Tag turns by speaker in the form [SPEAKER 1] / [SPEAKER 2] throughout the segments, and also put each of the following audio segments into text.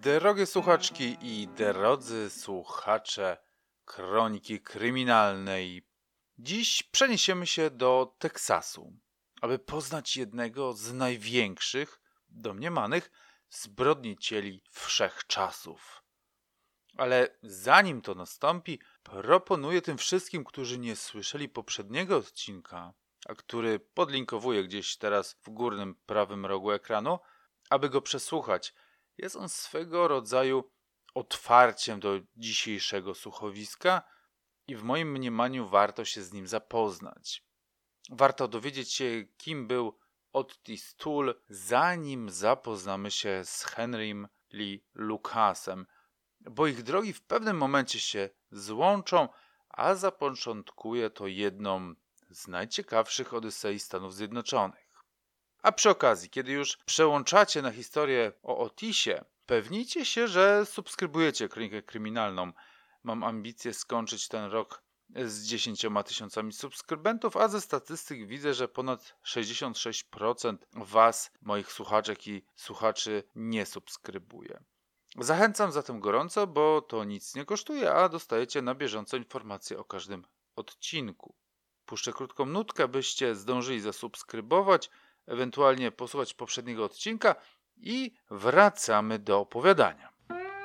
[SPEAKER 1] Drogie słuchaczki i drodzy słuchacze Kroniki Kryminalnej. Dziś przeniesiemy się do Teksasu, aby poznać jednego z największych, domniemanych zbrodnicieli wszechczasów. Ale zanim to nastąpi, proponuję tym wszystkim, którzy nie słyszeli poprzedniego odcinka, a który podlinkowuję gdzieś teraz w górnym prawym rogu ekranu, aby go przesłuchać. Jest on swego rodzaju otwarciem do dzisiejszego słuchowiska i w moim mniemaniu warto się z nim zapoznać. Warto dowiedzieć się, kim był Otis Toole, zanim zapoznamy się z Henrym Lee Lucasem, bo ich drogi w pewnym momencie się złączą, a zapoczątkuje to jedną z najciekawszych odysei Stanów Zjednoczonych. A przy okazji, kiedy już przełączacie na historię o Otisie, pewnijcie się, że subskrybujecie Kronikę Kryminalną. Mam ambicje skończyć ten rok z 10 000 subskrybentów, a ze statystyk widzę, że ponad 66% was, moich słuchaczek i słuchaczy, nie subskrybuje. Zachęcam zatem gorąco, bo to nic nie kosztuje, a dostajecie na bieżąco informacje o każdym odcinku. Puszczę krótką nutkę, byście zdążyli zasubskrybować, ewentualnie posłuchać poprzedniego odcinka i wracamy do opowiadania.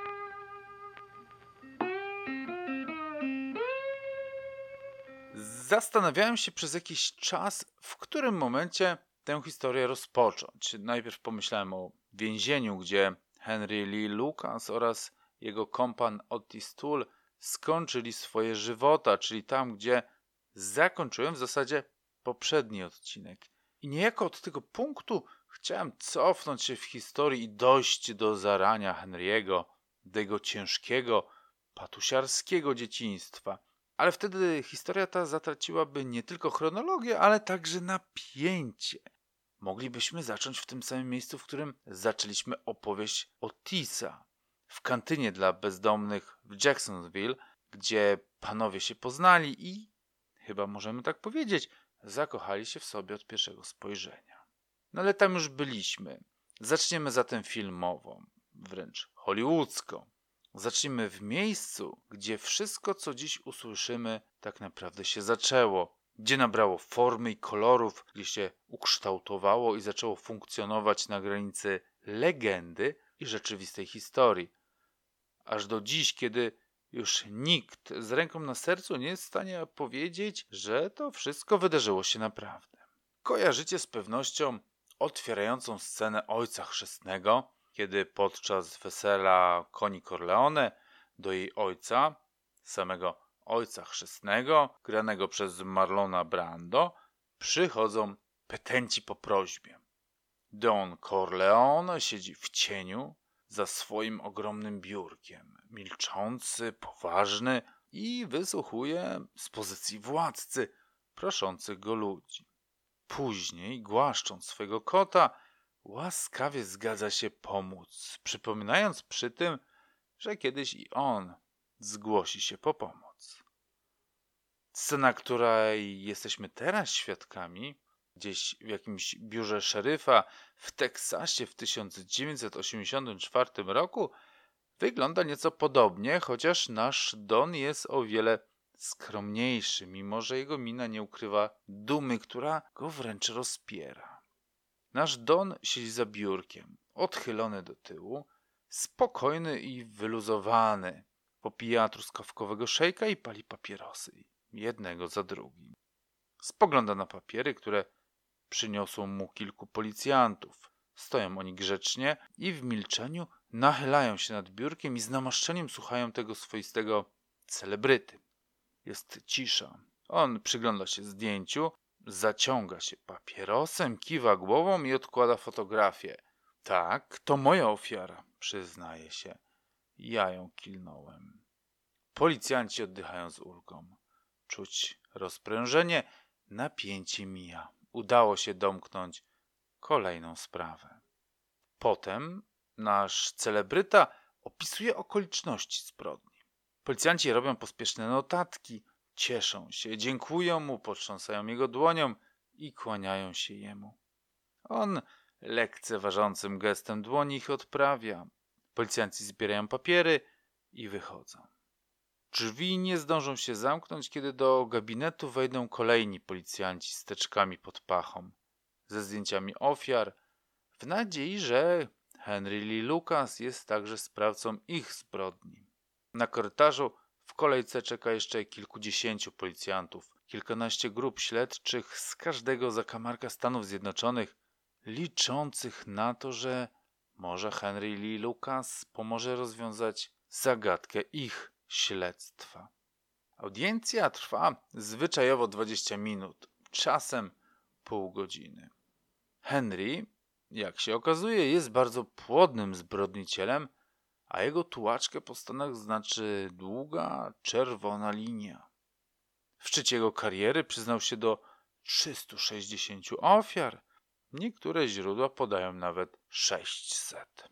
[SPEAKER 1] Zastanawiałem się przez jakiś czas, w którym momencie tę historię rozpocząć. Najpierw pomyślałem o więzieniu, gdzie Henry Lee Lucas oraz jego kompan Otis Toole skończyli swoje żywota, czyli tam, gdzie zakończyłem w zasadzie poprzedni odcinek. I niejako od tego punktu chciałem cofnąć się w historii i dojść do zarania Henry'ego, do jego ciężkiego, patusiarskiego dzieciństwa. Ale wtedy historia ta zatraciłaby nie tylko chronologię, ale także napięcie. Moglibyśmy zacząć w tym samym miejscu, w którym zaczęliśmy opowieść Otisa. W kantynie dla bezdomnych w Jacksonville, gdzie panowie się poznali i, chyba możemy tak powiedzieć, zakochali się w sobie od pierwszego spojrzenia. No ale tam już byliśmy. Zaczniemy zatem filmową, wręcz hollywoodzką. Zacznijmy w miejscu, gdzie wszystko, co dziś usłyszymy, tak naprawdę się zaczęło. Gdzie nabrało formy i kolorów, gdzie się ukształtowało i zaczęło funkcjonować na granicy legendy i rzeczywistej historii. Aż do dziś, kiedy już nikt z ręką na sercu nie jest w stanie powiedzieć, że to wszystko wydarzyło się naprawdę. Kojarzycie z pewnością otwierającą scenę Ojca Chrzestnego, kiedy podczas wesela Connie Corleone do jej ojca, samego Ojca Chrzestnego, granego przez Marlona Brando, przychodzą petenci po prośbie. Don Corleone siedzi w cieniu za swoim ogromnym biurkiem, milczący, poważny i wysłuchuje z pozycji władcy proszących go ludzi. Później, głaszcząc swego kota, łaskawie zgadza się pomóc, przypominając przy tym, że kiedyś i on zgłosi się po pomoc. Scena, której jesteśmy teraz świadkami, gdzieś w jakimś biurze szeryfa w Teksasie w 1984 roku, wygląda nieco podobnie, chociaż nasz Don jest o wiele skromniejszy, mimo że jego mina nie ukrywa dumy, która go wręcz rozpiera. Nasz Don siedzi za biurkiem, odchylony do tyłu, spokojny i wyluzowany. Popija truskawkowego szejka i pali papierosy, jednego za drugim. Spogląda na papiery, które przyniosło mu kilku policjantów. Stoją oni grzecznie i w milczeniu nachylają się nad biurkiem i z namaszczeniem słuchają tego swoistego celebryty. Jest cisza. On przygląda się zdjęciu, zaciąga się papierosem, kiwa głową i odkłada fotografię. Tak, to moja ofiara, przyznaje się. Ja ją kilnąłem. Policjanci oddychają z ulgą. Czuć rozprężenie, napięcie mija. Udało się domknąć kolejną sprawę. Potem nasz celebryta opisuje okoliczności zbrodni. Policjanci robią pospieszne notatki, cieszą się, dziękują mu, potrząsają jego dłonią i kłaniają się jemu. On lekceważącym gestem dłoni ich odprawia. Policjanci zbierają papiery i wychodzą. Drzwi nie zdążą się zamknąć, kiedy do gabinetu wejdą kolejni policjanci z teczkami pod pachą, ze zdjęciami ofiar, w nadziei, że Henry Lee Lucas jest także sprawcą ich zbrodni. Na korytarzu w kolejce czeka jeszcze kilkudziesięciu policjantów, kilkanaście grup śledczych z każdego zakamarka Stanów Zjednoczonych, liczących na to, że może Henry Lee Lucas pomoże rozwiązać zagadkę ich śledztwa. Audiencja trwa zwyczajowo 20 minut, czasem pół godziny. Henry, jak się okazuje, jest bardzo płodnym zbrodnicicielem, a jego tułaczkę po stanach znaczy długa, czerwona linia. W szczycie jego kariery przyznał się do 360 ofiar. Niektóre źródła podają nawet 600.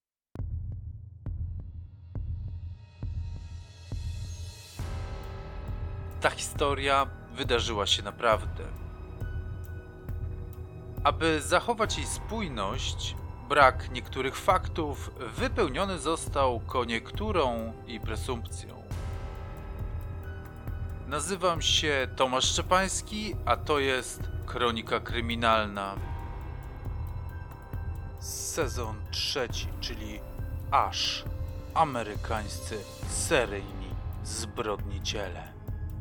[SPEAKER 1] Ta historia wydarzyła się naprawdę. Aby zachować jej spójność, brak niektórych faktów wypełniony został koniekturą i presumpcją. Nazywam się Tomasz Szczepański, a to jest Kronika Kryminalna. Sezon 3, czyli Aż. Amerykańscy seryjni zbrodniciele.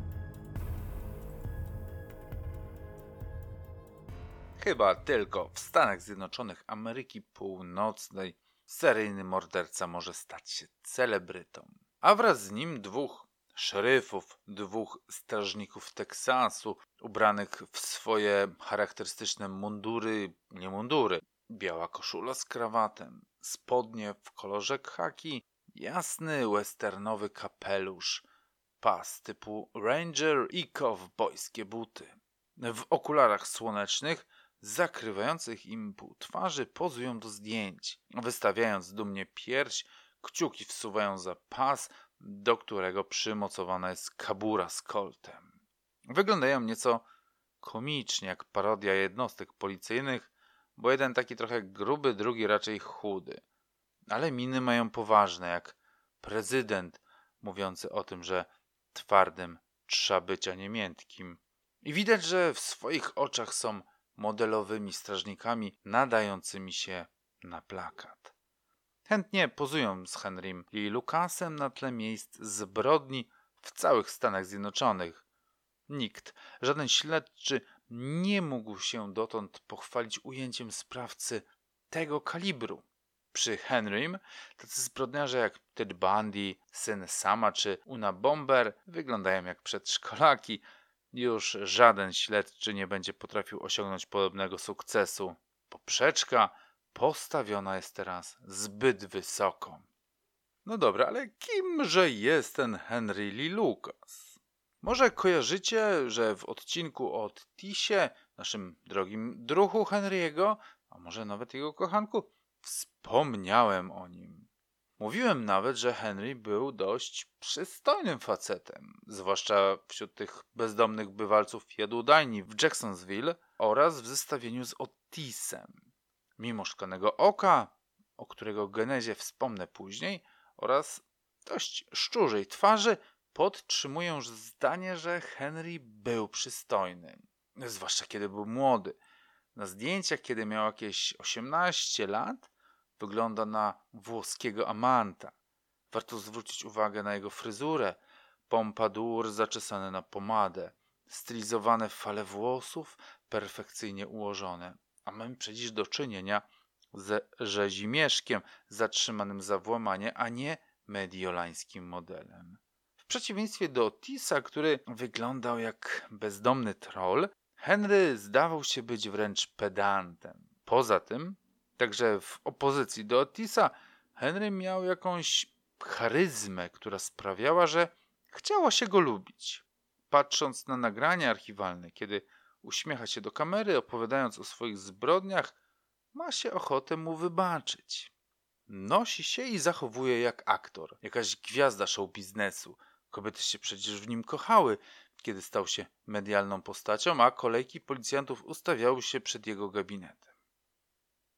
[SPEAKER 1] Chyba tylko w Stanach Zjednoczonych Ameryki Północnej seryjny morderca może stać się celebrytą. A wraz z nim dwóch szeryfów, dwóch strażników Teksasu, ubranych w swoje charakterystyczne mundury, nie mundury, biała koszula z krawatem, spodnie w kolorze khaki, jasny westernowy kapelusz, pas typu ranger i kowbojskie buty. W okularach słonecznych zakrywających im pół twarzy pozują do zdjęć, wystawiając dumnie pierś, kciuki wsuwają za pas, do którego przymocowana jest kabura z koltem. Wyglądają nieco komicznie, jak parodia jednostek policyjnych, bo jeden taki trochę gruby, drugi raczej chudy. Ale miny mają poważne, jak prezydent mówiący o tym, że twardym trzeba być, a nie miętkim. I widać, że w swoich oczach są modelowymi strażnikami nadającymi się na plakat. Chętnie pozują z Henrym Lee Lucasem na tle miejsc zbrodni w całych Stanach Zjednoczonych. Nikt, żaden śledczy nie mógł się dotąd pochwalić ujęciem sprawcy tego kalibru. Przy Henrym tacy zbrodniarze jak Ted Bundy, syn Sama czy Una Bomber wyglądają jak przedszkolaki. Już żaden śledczy nie będzie potrafił osiągnąć podobnego sukcesu. Poprzeczka postawiona jest teraz zbyt wysoko. No dobra, ale kimże jest ten Henry Lee Lucas? Może kojarzycie, że w odcinku o Tisie, naszym drogim druhu Henry'ego, a może nawet jego kochanku, wspomniałem o nim. Mówiłem nawet, że Henry był dość przystojnym facetem, zwłaszcza wśród tych bezdomnych bywalców jadłodajni w Jacksonville oraz w zestawieniu z Otisem. Mimo szklanego oka, o którego genezie wspomnę później, oraz dość szczurzej twarzy, podtrzymuję zdanie, że Henry był przystojny, zwłaszcza kiedy był młody. Na zdjęciach, kiedy miał jakieś 18 lat, wygląda na włoskiego amanta. Warto zwrócić uwagę na jego fryzurę, pompadour zaczesany na pomadę, stylizowane fale włosów, perfekcyjnie ułożone. A mamy przecież do czynienia ze rzezimieszkiem zatrzymanym za włamanie, a nie mediolańskim modelem. W przeciwieństwie do Otisa, który wyglądał jak bezdomny troll, Henry zdawał się być wręcz pedantem. Poza tym, także w opozycji do Otisa, Henry miał jakąś charyzmę, która sprawiała, że chciało się go lubić. Patrząc na nagrania archiwalne, kiedy uśmiecha się do kamery, opowiadając o swoich zbrodniach, ma się ochotę mu wybaczyć. Nosi się i zachowuje jak aktor, jakaś gwiazda show biznesu. Kobiety się przecież w nim kochały, kiedy stał się medialną postacią, a kolejki policjantów ustawiały się przed jego gabinetem.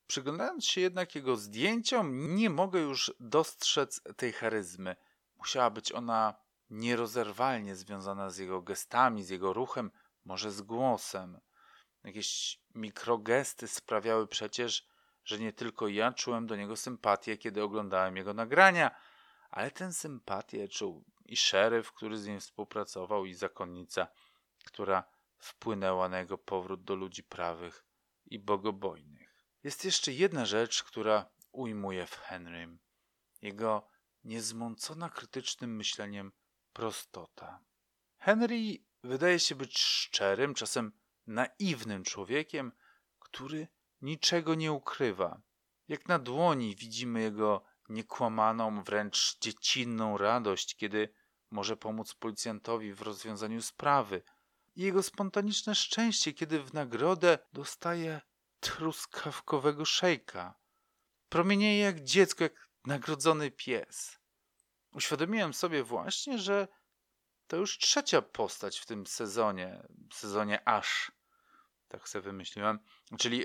[SPEAKER 1] Przyglądając się jednak jego zdjęciom, nie mogę już dostrzec tej charyzmy. Musiała być ona nierozerwalnie związana z jego gestami, z jego ruchem, może z głosem. Jakieś mikrogesty sprawiały przecież, że nie tylko ja czułem do niego sympatię, kiedy oglądałem jego nagrania, ale tę sympatię czuł i szeryf, który z nim współpracował, i zakonnica, która wpłynęła na jego powrót do ludzi prawych i bogobojnych. Jest jeszcze jedna rzecz, która ujmuje w Henrym. Jego niezmącona krytycznym myśleniem prostota. Henry wydaje się być szczerym, czasem naiwnym człowiekiem, który niczego nie ukrywa. Jak na dłoni widzimy jego niekłamaną, wręcz dziecinną radość, kiedy może pomóc policjantowi w rozwiązaniu sprawy, i jego spontaniczne szczęście, kiedy w nagrodę dostaje truskawkowego szejka. Promienieje jak dziecko, jak nagrodzony pies. Uświadomiłem sobie właśnie, że to już trzecia postać w tym sezonie Ash, tak sobie wymyśliłem, czyli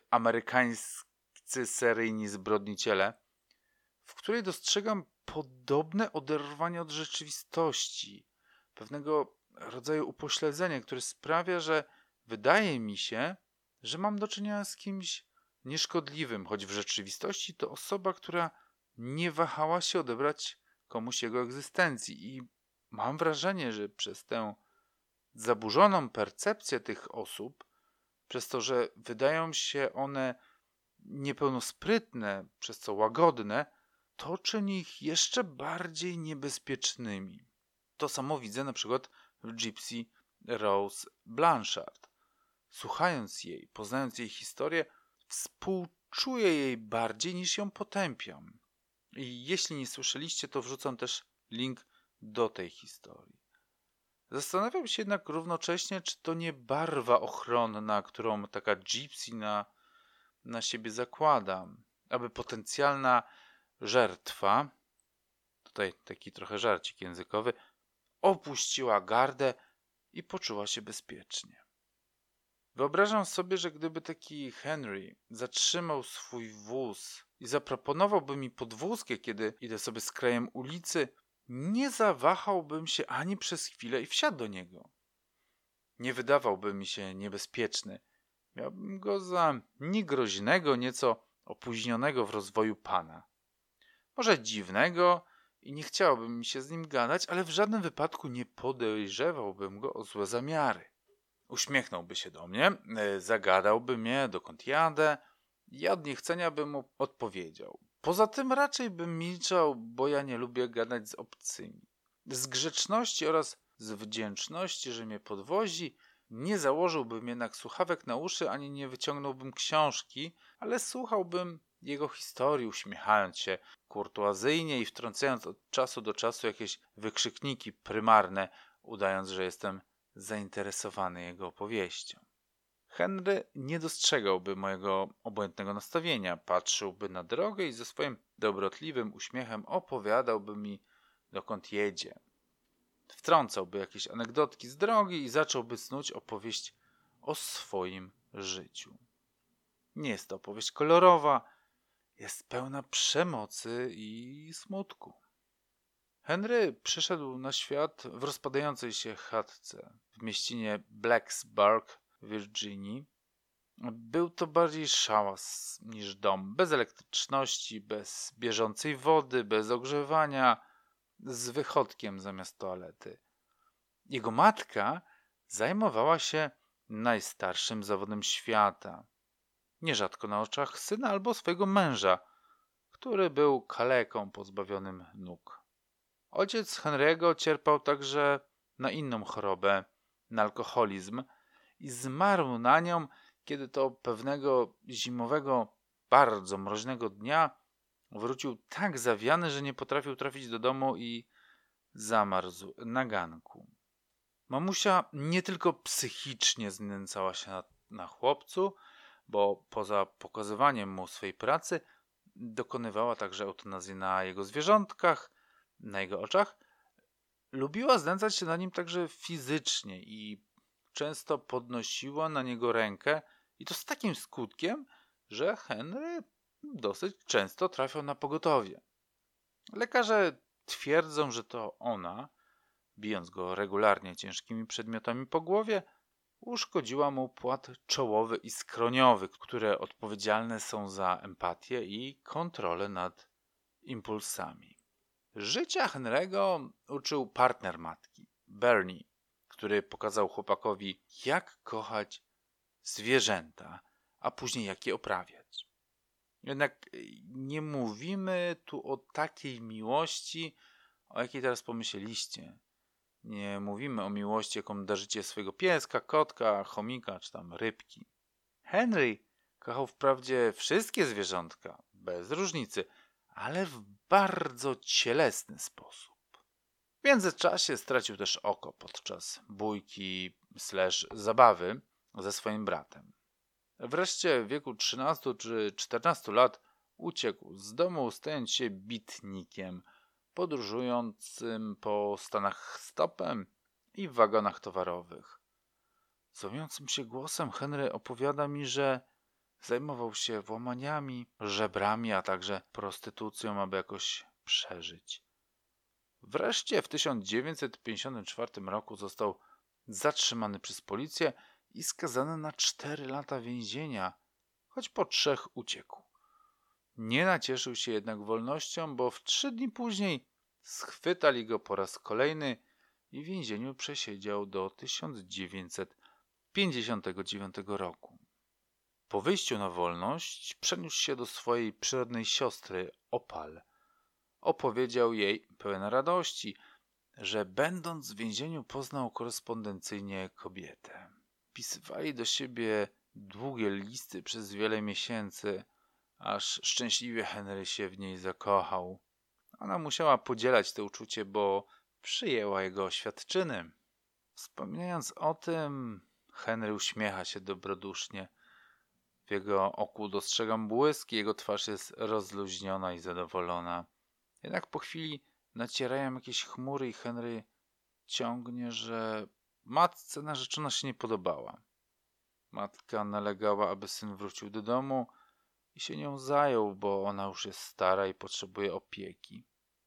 [SPEAKER 1] amerykańscy seryjni zbrodniciele, w której dostrzegam podobne oderwanie od rzeczywistości, pewnego rodzaju upośledzenie, które sprawia, że wydaje mi się, że mam do czynienia z kimś nieszkodliwym, choć w rzeczywistości to osoba, która nie wahała się odebrać komuś jego egzystencji, i mam wrażenie, że przez tę zaburzoną percepcję tych osób, przez to, że wydają się one niepełnosprytne, przez co łagodne, to czyni ich jeszcze bardziej niebezpiecznymi. To samo widzę na przykład w Gypsy Rose Blanchard. Słuchając jej, poznając jej historię, współczuję jej bardziej niż ją potępiam. I jeśli nie słyszeliście, to wrzucam też link do tej historii. Zastanawiam się jednak równocześnie, czy to nie barwa ochronna, którą taka Gypsy na siebie zakłada, aby potencjalna żertwa, tutaj taki trochę żarcik językowy, opuściła gardę i poczuła się bezpiecznie. Wyobrażam sobie, że gdyby taki Henry zatrzymał swój wóz i zaproponowałby mi podwózkę, kiedy idę sobie z krajem ulicy, nie zawahałbym się ani przez chwilę i wsiadł do niego. Nie wydawałby mi się niebezpieczny. Miałbym go za niegroźnego, nieco opóźnionego w rozwoju pana. Może dziwnego i nie chciałoby mi się z nim gadać, ale w żadnym wypadku nie podejrzewałbym go o złe zamiary. Uśmiechnąłby się do mnie, zagadałby mnie, dokąd jadę. Ja od niechcenia bym mu odpowiedział. Poza tym raczej bym milczał, bo ja nie lubię gadać z obcymi. Z grzeczności oraz z wdzięczności, że mnie podwozi, nie założyłbym jednak słuchawek na uszy, ani nie wyciągnąłbym książki, ale słuchałbym jego historii, uśmiechając się kurtuazyjnie i wtrącając od czasu do czasu jakieś wykrzykniki prymarne, udając, że jestem zainteresowany jego opowieścią. Henry nie dostrzegałby mojego obojętnego nastawienia, patrzyłby na drogę i ze swoim dobrotliwym uśmiechem opowiadałby mi, dokąd jedzie. Wtrącałby jakieś anegdotki z drogi i zacząłby snuć opowieść o swoim życiu. Nie jest to opowieść kolorowa, jest pełna przemocy i smutku. Henry przyszedł na świat w rozpadającej się chatce w mieścinie Blacksburg w Virginii. Był to bardziej szałas niż dom, bez elektryczności, bez bieżącej wody, bez ogrzewania, z wychodkiem zamiast toalety. Jego matka zajmowała się najstarszym zawodem świata, nierzadko na oczach syna albo swojego męża, który był kaleką pozbawionym nóg. Ojciec Henry'ego cierpiał także na inną chorobę, na alkoholizm, i zmarł na nią, kiedy to pewnego zimowego, bardzo mroźnego dnia wrócił tak zawiany, że nie potrafił trafić do domu i zamarzł na ganku. Mamusia nie tylko psychicznie znęcała się na chłopcu, bo poza pokazywaniem mu swej pracy dokonywała także eutanazji na jego zwierzątkach, na jego oczach. Lubiła znęcać się na nim także fizycznie i często podnosiła na niego rękę, i to z takim skutkiem, że Henry dosyć często trafiał na pogotowie. Lekarze twierdzą, że to ona, bijąc go regularnie ciężkimi przedmiotami po głowie, uszkodziła mu płat czołowy i skroniowy, które odpowiedzialne są za empatię i kontrolę nad impulsami. Życia Henry'ego uczył partner matki, Bernie, który pokazał chłopakowi, jak kochać zwierzęta, a później jak je oprawiać. Jednak nie mówimy tu o takiej miłości, o jakiej teraz pomyśleliście. Nie mówimy o miłości, jaką darzycie swojego pieska, kotka, chomika czy tam rybki. Henry kochał wprawdzie wszystkie zwierzątka, bez różnicy, ale w bardzo cielesny sposób. W międzyczasie stracił też oko podczas bójki / zabawy ze swoim bratem. Wreszcie w wieku 13 czy 14 lat uciekł z domu, stając się bitnikiem, podróżującym po Stanach stopem i w wagonach towarowych. Złomiącym się głosem Henry opowiada mi, że zajmował się włamaniami, żebrami, a także prostytucją, aby jakoś przeżyć. Wreszcie w 1954 roku został zatrzymany przez policję i skazany na 4 lata więzienia, choć po 3 uciekł. Nie nacieszył się jednak wolnością, bo w 3 dni później schwytali go po raz kolejny i w więzieniu przesiedział do 1959 roku. Po wyjściu na wolność przeniósł się do swojej przyrodnej siostry Opal. Opowiedział jej, pełen radości, że będąc w więzieniu poznał korespondencyjnie kobietę. Pisywali do siebie długie listy przez wiele miesięcy, aż szczęśliwie Henry się w niej zakochał. Ona musiała podzielać to uczucie, bo przyjęła jego oświadczyny. Wspominając o tym, Henry uśmiecha się dobrodusznie. W jego oku dostrzegam błysk, jego twarz jest rozluźniona i zadowolona. Jednak po chwili nacierają jakieś chmury i Henry ciągnie, że matce narzeczona się nie podobała. Matka nalegała, aby syn wrócił do domu i się nią zajął, bo ona już jest stara i potrzebuje opieki.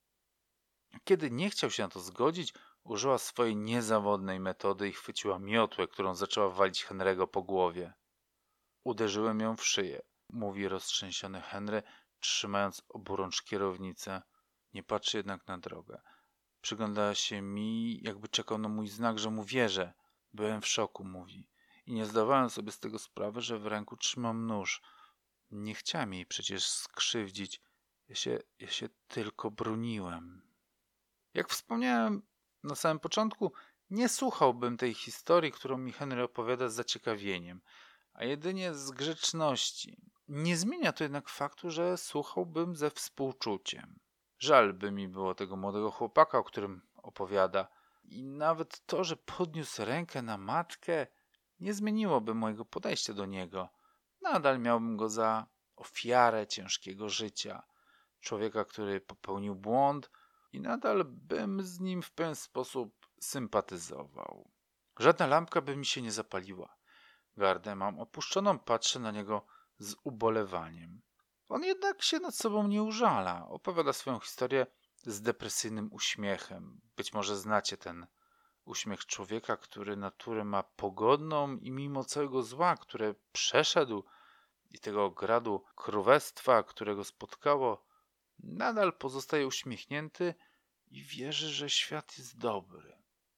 [SPEAKER 1] Kiedy nie chciał się na to zgodzić, użyła swojej niezawodnej metody i chwyciła miotłę, którą zaczęła walić Henry'ego po głowie. Uderzyłem ją w szyję, mówi roztrzęsiony Henry, trzymając oburącz kierownicę. Nie patrzy jednak na drogę. Przygląda się mi, jakby czekał na mój znak, że mu wierzę. Byłem w szoku, mówi. I nie zdawałem sobie z tego sprawy, że w ręku trzymam nóż. Nie chciałem jej przecież skrzywdzić. Ja się tylko broniłem. Jak wspomniałem na samym początku, nie słuchałbym tej historii, którą mi Henry opowiada z zaciekawieniem, a jedynie z grzeczności. Nie zmienia to jednak faktu, że słuchałbym ze współczuciem. Żal by mi było tego młodego chłopaka, o którym opowiada. I nawet to, że podniósł rękę na matkę, nie zmieniłoby mojego podejścia do niego. Nadal miałbym go za ofiarę ciężkiego życia. Człowieka, który popełnił błąd i nadal bym z nim w pewien sposób sympatyzował. Żadna lampka by mi się nie zapaliła. Gardę mam opuszczoną, patrzę na niego z ubolewaniem. On jednak się nad sobą nie użala. Opowiada swoją historię z depresyjnym uśmiechem. Być może znacie ten uśmiech człowieka, który naturę ma pogodną i mimo całego zła, które przeszedł i tego gradu królestwa, którego spotkało, nadal pozostaje uśmiechnięty i wierzy, że świat jest dobry.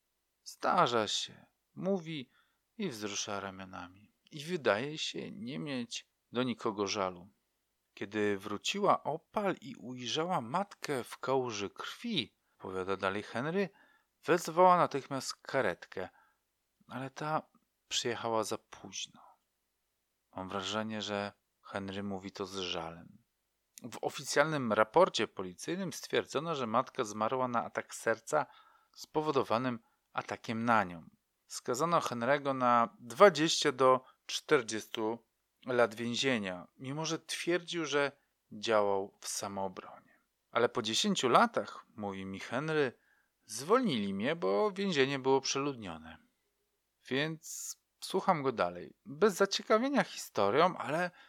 [SPEAKER 1] Zdarza się, mówi i wzrusza ramionami. I wydaje się nie mieć do nikogo żalu. Kiedy wróciła Opal i ujrzała matkę w kałuży krwi, powiada dalej Henry, wezwała natychmiast karetkę, ale ta przyjechała za późno. Mam wrażenie, że Henry mówi to z żalem. W oficjalnym raporcie policyjnym stwierdzono, że matka zmarła na atak serca spowodowanym atakiem na nią. Skazano Henry'ego na 20 do 40 lat więzienia, mimo że twierdził, że działał w samoobronie. Ale po 10 latach, mówi mi Henry, zwolnili mnie, bo więzienie było przeludnione. Więc słucham go dalej. Bez zaciekawienia historią, ale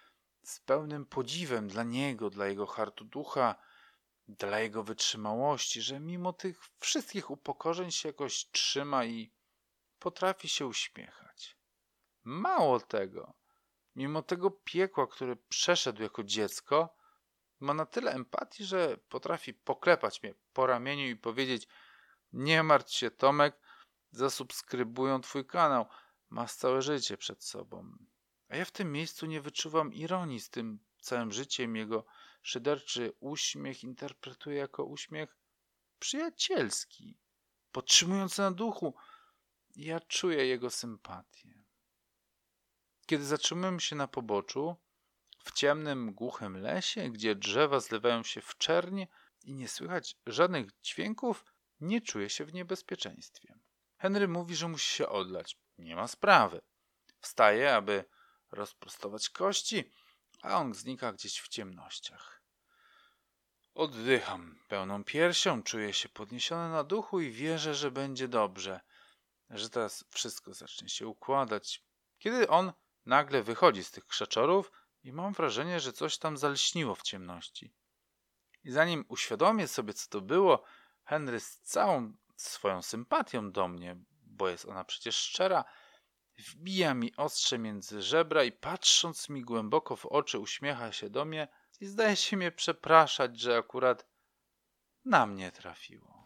[SPEAKER 1] z pełnym podziwem dla niego, dla jego hartu ducha, dla jego wytrzymałości, że mimo tych wszystkich upokorzeń się jakoś trzyma i potrafi się uśmiechać. Mało tego, mimo tego piekła, które przeszedł jako dziecko, ma na tyle empatii, że potrafi poklepać mnie po ramieniu i powiedzieć: nie martw się, Tomek, zasubskrybują twój kanał, masz całe życie przed sobą. A ja w tym miejscu nie wyczuwam ironii z tym całym życiem. Jego szyderczy uśmiech interpretuję jako uśmiech przyjacielski, podtrzymujący na duchu. Ja czuję jego sympatię. Kiedy zatrzymujemy się na poboczu, w ciemnym, głuchym lesie, gdzie drzewa zlewają się w czerń i nie słychać żadnych dźwięków, nie czuję się w niebezpieczeństwie. Henry mówi, że musi się odlać. Nie ma sprawy. Wstaje, aby rozprostować kości, a on znika gdzieś w ciemnościach. Oddycham pełną piersią, czuję się podniesiony na duchu i wierzę, że będzie dobrze, że teraz wszystko zacznie się układać. Kiedy on nagle wychodzi z tych krzaczorów i mam wrażenie, że coś tam zalśniło w ciemności. I zanim uświadomię sobie, co to było, Henry z całą swoją sympatią do mnie, bo jest ona przecież szczera, wbija mi ostrze między żebra i patrząc mi głęboko w oczy uśmiecha się do mnie i zdaje się mnie przepraszać, że akurat na mnie trafiło.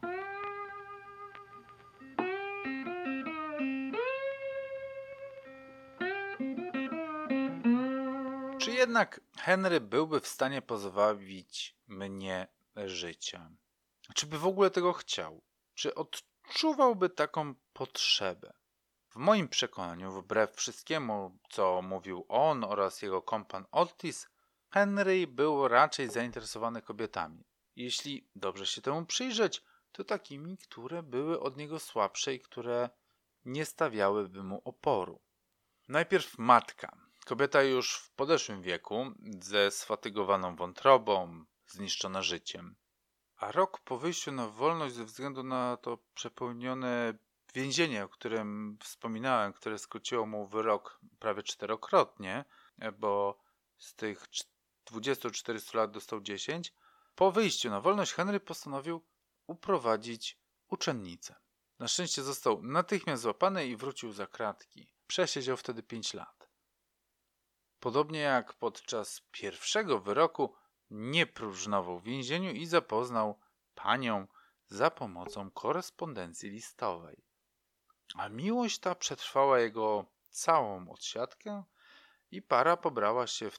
[SPEAKER 1] Czy jednak Henry byłby w stanie pozbawić mnie życia? Czy by w ogóle tego chciał? Czy odczuwałby taką potrzebę? W moim przekonaniu, wbrew wszystkiemu, co mówił on oraz jego kompan Otis, Henry był raczej zainteresowany kobietami. Jeśli dobrze się temu przyjrzeć, to takimi, które były od niego słabsze i które nie stawiałyby mu oporu. Najpierw matka. Kobieta już w podeszłym wieku, ze sfatygowaną wątrobą, zniszczona życiem. A rok po wyjściu na wolność ze względu na to przepełnione więzienie, o którym wspominałem, które skróciło mu wyrok prawie 4-krotnie, bo z tych 20-40 lat dostał 10, po wyjściu na wolność Henry postanowił uprowadzić uczennicę. Na szczęście został natychmiast złapany i wrócił za kratki. Przesiedział wtedy 5 lat. Podobnie jak podczas pierwszego wyroku nie próżnował w więzieniu i zapoznał panią za pomocą korespondencji listowej. A miłość ta przetrwała jego całą odsiadkę i para pobrała się w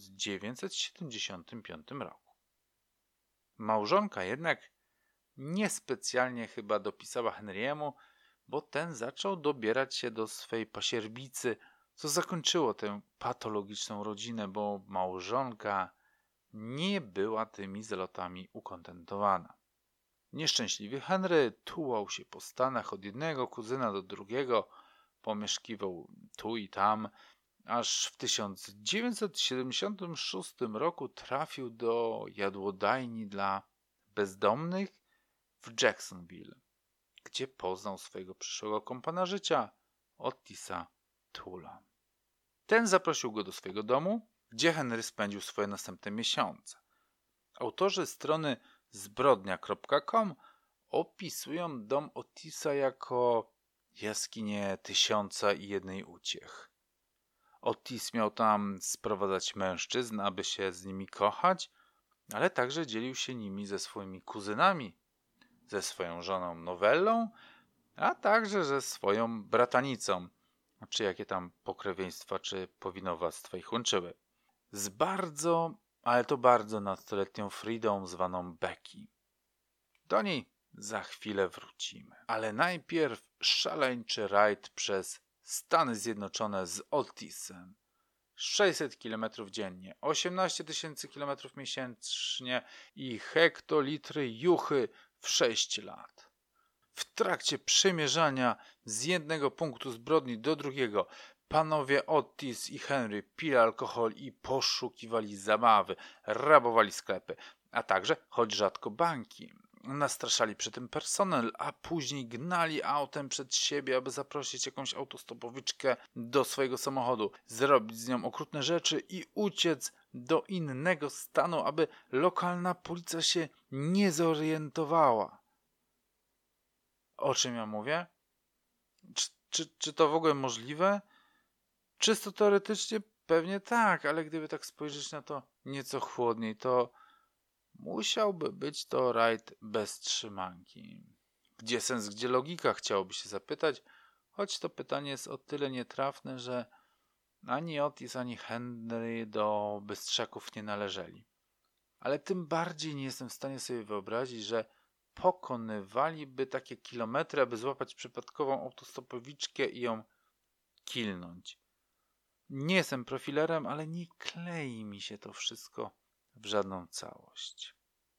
[SPEAKER 1] 1975 roku. Małżonka jednak niespecjalnie chyba dopisała Henry'emu, bo ten zaczął dobierać się do swej pasierbicy, co zakończyło tę patologiczną rodzinę, bo małżonka nie była tymi zalotami ukontentowana. Nieszczęśliwy Henry tułał się po Stanach od jednego kuzyna do drugiego, pomieszkiwał tu i tam, aż w 1976 roku trafił do jadłodajni dla bezdomnych w Jacksonville, gdzie poznał swojego przyszłego kompana życia, Otisa Tula. Ten zaprosił go do swojego domu, gdzie Henry spędził swoje następne miesiące. Autorzy strony zbrodnia.com opisują dom Otisa jako jaskinię 1001 uciech. Otis miał tam sprowadzać mężczyzn, aby się z nimi kochać, ale także dzielił się nimi ze swoimi kuzynami, ze swoją żoną Novellą, a także ze swoją bratanicą, czy jakie tam pokrewieństwa czy powinowactwa ich łączyły. Z bardzo, ale to bardzo nastoletnią Fridą zwaną Becky. Do niej za chwilę wrócimy. Ale najpierw szaleńczy rajd przez Stany Zjednoczone z Otisem. 600 km dziennie, 18 000 km miesięcznie i hektolitry juchy w 6 lat. W trakcie przemierzania z jednego punktu zbrodni do drugiego panowie Otis i Henry pili alkohol i poszukiwali zabawy, rabowali sklepy, a także, choć rzadko, banki. nastraszali przy tym personel, a później gnali autem przed siebie, aby zaprosić jakąś autostopowiczkę do swojego samochodu, zrobić z nią okrutne rzeczy i uciec do innego stanu, aby lokalna policja się nie zorientowała. O czym ja mówię? Czy to w ogóle możliwe? Czysto teoretycznie pewnie tak, ale gdyby tak spojrzeć na to nieco chłodniej, to musiałby być to rajd bez trzymanki. Gdzie sens, gdzie logika, chciałoby się zapytać, choć to pytanie jest o tyle nietrafne, że ani Otis, ani Henry do bystrzaków nie należeli. Ale tym bardziej nie jestem w stanie sobie wyobrazić, że pokonywaliby takie kilometry, aby złapać przypadkową autostopowiczkę i ją kilnąć. Nie jestem profilerem, ale nie klei mi się to wszystko w żadną całość.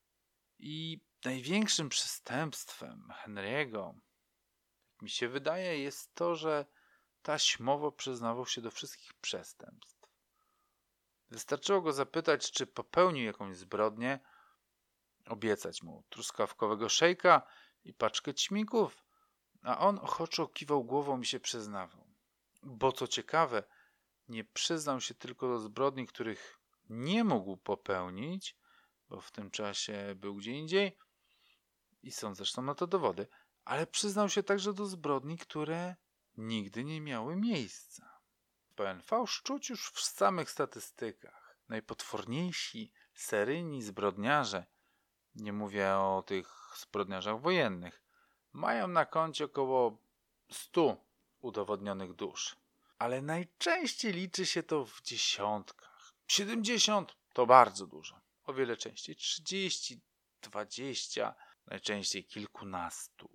[SPEAKER 1] I największym przestępstwem Henry'ego, jak mi się wydaje, jest to, że taśmowo przyznawał się do wszystkich przestępstw. Wystarczyło go zapytać, czy popełnił jakąś zbrodnię, obiecać mu truskawkowego szejka i paczkę ćmików, a on ochoczo kiwał głową i się przyznawał. Bo co ciekawe, nie przyznał się tylko do zbrodni, których nie mógł popełnić, bo w tym czasie był gdzie indziej i są zresztą na to dowody, ale przyznał się także do zbrodni, które nigdy nie miały miejsca. PNV szczuć już w samych statystykach. Najpotworniejsi seryjni zbrodniarze, nie mówię o tych zbrodniarzach wojennych, mają na koncie około 100 udowodnionych dusz. Ale najczęściej liczy się to w dziesiątkach. 70 to bardzo dużo. O wiele częściej 30, 20, najczęściej kilkunastu.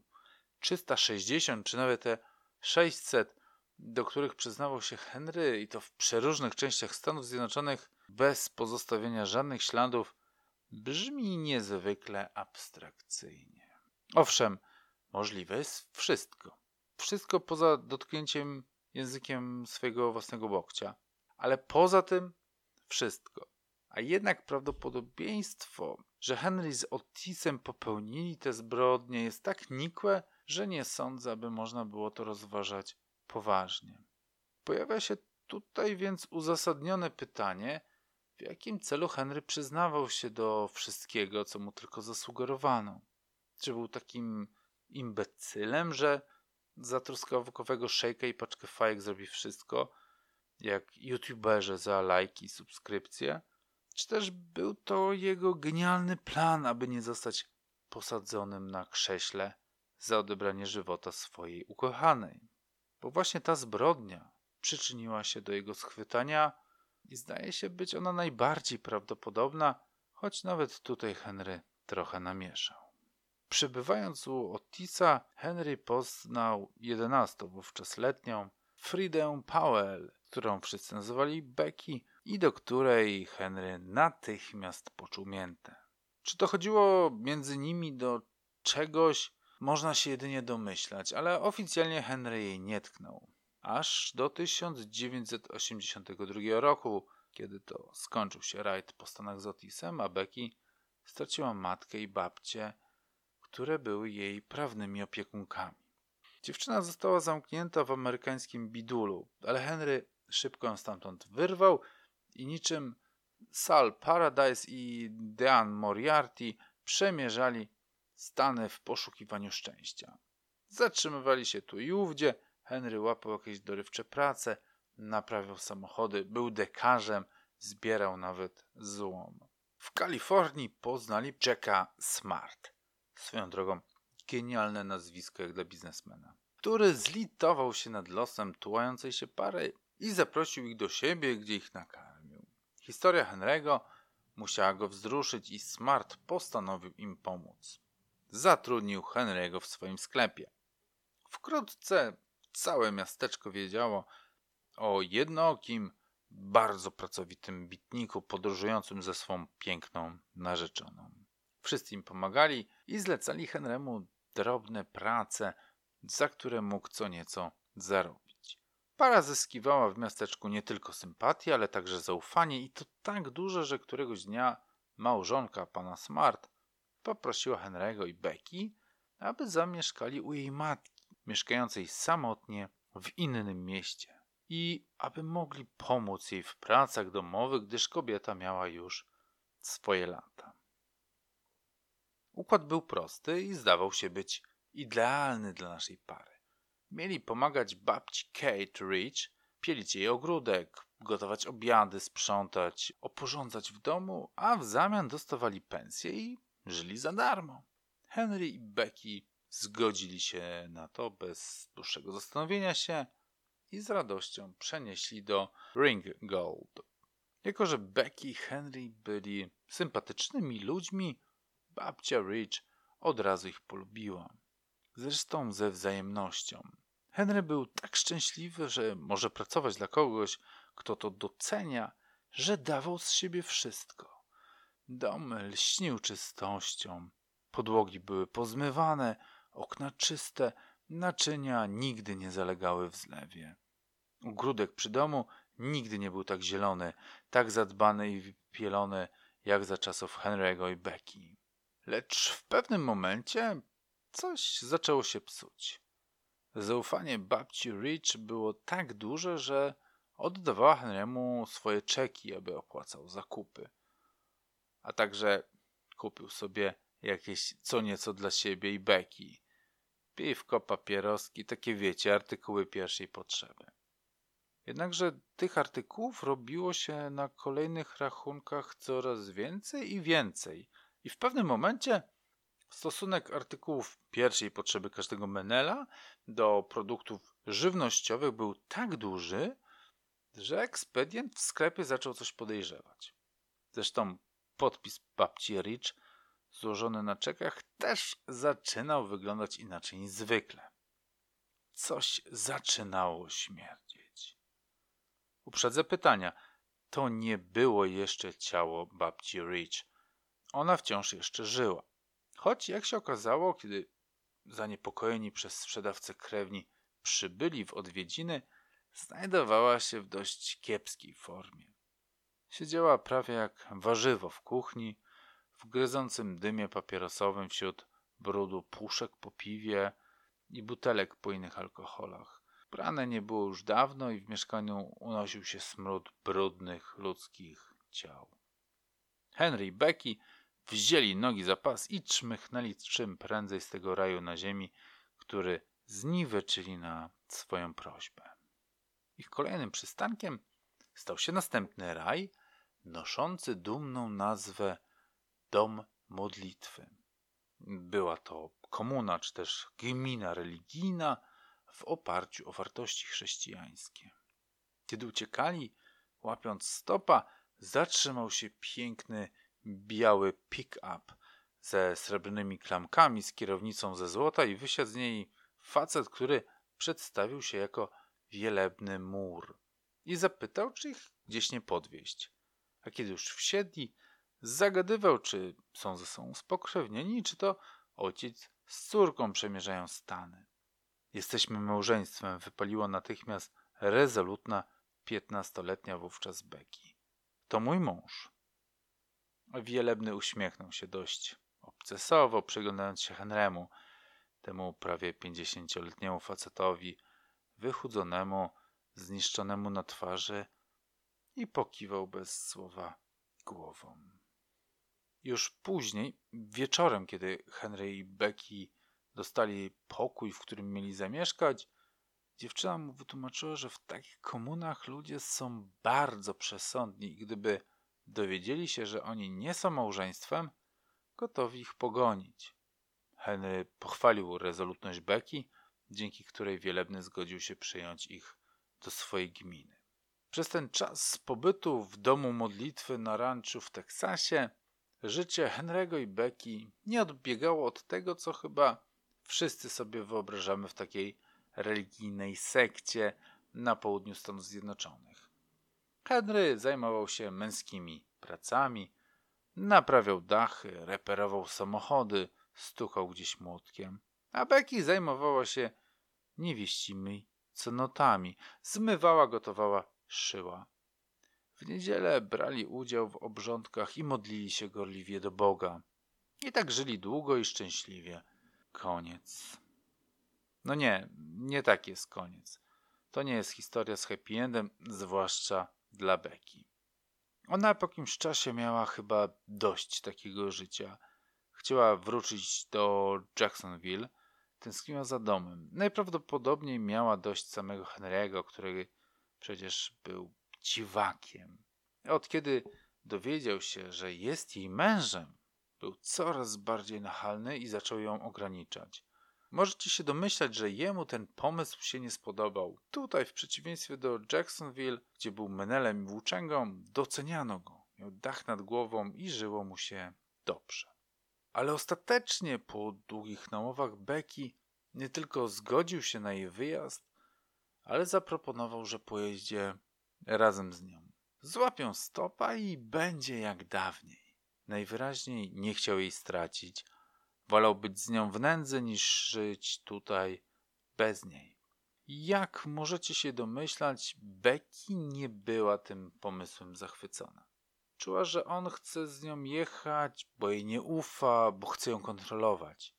[SPEAKER 1] 360 czy nawet te 600, do których przyznawał się Henry i to w przeróżnych częściach Stanów Zjednoczonych bez pozostawienia żadnych śladów, brzmi niezwykle abstrakcyjnie. Owszem, możliwe jest wszystko. Wszystko poza dotknięciem językiem swojego własnego łokcia. Ale poza tym wszystko. A jednak prawdopodobieństwo, że Henry z Otisem popełnili te zbrodnie jest tak nikłe, że nie sądzę, aby można było to rozważać poważnie. Pojawia się tutaj więc uzasadnione pytanie, w jakim celu Henry przyznawał się do wszystkiego, co mu tylko zasugerowano. Czy był takim imbecylem, że za truskawkowego szejka i paczkę fajek zrobi wszystko, jak youtuberzy za lajki i subskrypcje? Czy też był to jego genialny plan, aby nie zostać posadzonym na krześle za odebranie żywota swojej ukochanej? Bo właśnie ta zbrodnia przyczyniła się do jego schwytania i zdaje się być ona najbardziej prawdopodobna, choć nawet tutaj Henry trochę namieszał. Przebywając u Otisa, Henry poznał 11 wówczas letnią Fridę Powell, którą wszyscy nazywali Becky i do której Henry natychmiast poczuł miętę. Czy to chodziło między nimi do czegoś, można się jedynie domyślać, ale oficjalnie Henry jej nie tknął. Aż do 1982 roku, kiedy to skończył się rajd po Stanach z Otisem, a Becky straciła matkę i babcię, które były jej prawnymi opiekunkami. Dziewczyna została zamknięta w amerykańskim bidulu, ale Henry szybko ją stamtąd wyrwał i niczym Sal Paradise i Dean Moriarty przemierzali Stany w poszukiwaniu szczęścia. Zatrzymywali się tu i ówdzie, Henry łapał jakieś dorywcze prace, naprawiał samochody, był dekarzem, zbierał nawet złom. W Kalifornii poznali Jacka Smart. Swoją drogą genialne nazwisko jak dla biznesmena, który zlitował się nad losem tułającej się pary i zaprosił ich do siebie, gdzie ich nakarmił. Historia Henry'ego musiała go wzruszyć i Smart postanowił im pomóc. Zatrudnił Henry'ego w swoim sklepie. Wkrótce całe miasteczko wiedziało o jednookim, bardzo pracowitym bitniku podróżującym ze swą piękną narzeczoną. Wszyscy im pomagali i zlecali Henry'emu drobne prace, za które mógł co nieco zarobić. Para zyskiwała w miasteczku nie tylko sympatię, ale także zaufanie i to tak duże, że któregoś dnia małżonka pana Smart poprosiła Henry'ego i Becky, aby zamieszkali u jej matki, mieszkającej samotnie w innym mieście, i aby mogli pomóc jej w pracach domowych, gdyż kobieta miała już swoje lata. Układ był prosty i zdawał się być idealny dla naszej pary. Mieli pomagać babci Kate Rich, pielić jej ogródek, gotować obiady, sprzątać, oporządzać w domu, a w zamian dostawali pensję i żyli za darmo. Henry i Becky zgodzili się na to bez dłuższego zastanowienia się i z radością przenieśli do Ringgold. Jako że Becky i Henry byli sympatycznymi ludźmi, babcia Rich od razu ich polubiła. Zresztą ze wzajemnością. Henry był tak szczęśliwy, że może pracować dla kogoś, kto to docenia, że dawał z siebie wszystko. Dom lśnił czystością, podłogi były pozmywane, okna czyste, naczynia nigdy nie zalegały w zlewie. Ogródek przy domu nigdy nie był tak zielony, tak zadbany i wypielony jak za czasów Henry'ego i Becky. Lecz w pewnym momencie coś zaczęło się psuć. Zaufanie babci Rich było tak duże, że oddawała Henry'emu swoje czeki, aby opłacał zakupy. A także kupił sobie jakieś co nieco dla siebie i Becky. Piwko, papieroski, takie wiecie, artykuły pierwszej potrzeby. Jednakże tych artykułów robiło się na kolejnych rachunkach coraz więcej i więcej. I w pewnym momencie stosunek artykułów pierwszej potrzeby każdego menela do produktów żywnościowych był tak duży, że ekspedient w sklepie zaczął coś podejrzewać. Zresztą podpis babci Rich złożony na czekach też zaczynał wyglądać inaczej niż zwykle. Coś zaczynało śmierdzieć. Uprzedzę pytania. To nie było jeszcze ciało babci Rich. Ona wciąż jeszcze żyła. Choć, jak się okazało, kiedy zaniepokojeni przez sprzedawcę krewni przybyli w odwiedziny, znajdowała się w dość kiepskiej formie. Siedziała prawie jak warzywo w kuchni, w gryzącym dymie papierosowym wśród brudu puszek po piwie i butelek po innych alkoholach. Prane nie było już dawno i w mieszkaniu unosił się smród brudnych ludzkich ciał. Henry i Becky wzięli nogi za pas i czmychnęli czym prędzej z tego raju na ziemi, który zniweczyli na swoją prośbę. Ich kolejnym przystankiem stał się następny raj, noszący dumną nazwę Dom Modlitwy. Była to komuna, czy też gmina religijna w oparciu o wartości chrześcijańskie. Kiedy uciekali, łapiąc stopa, zatrzymał się piękny, biały pick-up ze srebrnymi klamkami, z kierownicą ze złota i wysiadł z niej facet, który przedstawił się jako wielebny mur i zapytał, czy ich gdzieś nie podwieźć. A kiedy już wsiedli, zagadywał, czy są ze sobą spokrewnieni, czy to ojciec z córką przemierzają Stany. Jesteśmy małżeństwem, wypaliła natychmiast rezolutna 15-letnia wówczas Becky. To mój mąż. Wielebny uśmiechnął się dość obcesowo, przyglądając się Henry'emu, temu prawie 50-letniemu facetowi, wychudzonemu, zniszczonemu na twarzy, i pokiwał bez słowa głową. Już później, wieczorem, kiedy Henry i Becky dostali pokój, w którym mieli zamieszkać, dziewczyna mu wytłumaczyła, że w takich komunach ludzie są bardzo przesądni i gdyby dowiedzieli się, że oni nie są małżeństwem, gotowi ich pogonić. Henry pochwalił rezolutność Becky, dzięki której Wielebny zgodził się przyjąć ich do swojej gminy. Przez ten czas pobytu w domu modlitwy na ranczu w Teksasie życie Henry'ego i Becky nie odbiegało od tego, co chyba wszyscy sobie wyobrażamy w takiej religijnej sekcie na południu Stanów Zjednoczonych. Henry zajmował się męskimi pracami, naprawiał dachy, reperował samochody, stukał gdzieś młotkiem, a Becky zajmowała się niewieścimi cnotami, zmywała, gotowała, szyła. W niedzielę brali udział w obrządkach i modlili się gorliwie do Boga. I tak żyli długo i szczęśliwie. Koniec. No nie taki jest koniec. To nie jest historia z happy endem, zwłaszcza dla Becky. Ona po jakimś czasie miała chyba dość takiego życia. Chciała wrócić do Jacksonville, tęskniła za domem. Najprawdopodobniej miała dość samego Henry'ego, który przecież był dziwakiem. Od kiedy dowiedział się, że jest jej mężem, był coraz bardziej nachalny i zaczął ją ograniczać. Możecie się domyślać, że jemu ten pomysł się nie spodobał. Tutaj, w przeciwieństwie do Jacksonville, gdzie był menelem i włóczęgą, doceniano go. Miał dach nad głową i żyło mu się dobrze. Ale ostatecznie, po długich namowach Becky, nie tylko zgodził się na jej wyjazd, ale zaproponował, że pojedzie razem z nią. Złapią stopa i będzie jak dawniej. Najwyraźniej nie chciał jej stracić. Wolał być z nią w nędzy, niż żyć tutaj bez niej. Jak możecie się domyślać, Becky nie była tym pomysłem zachwycona. Czuła, że on chce z nią jechać, bo jej nie ufa, bo chce ją kontrolować.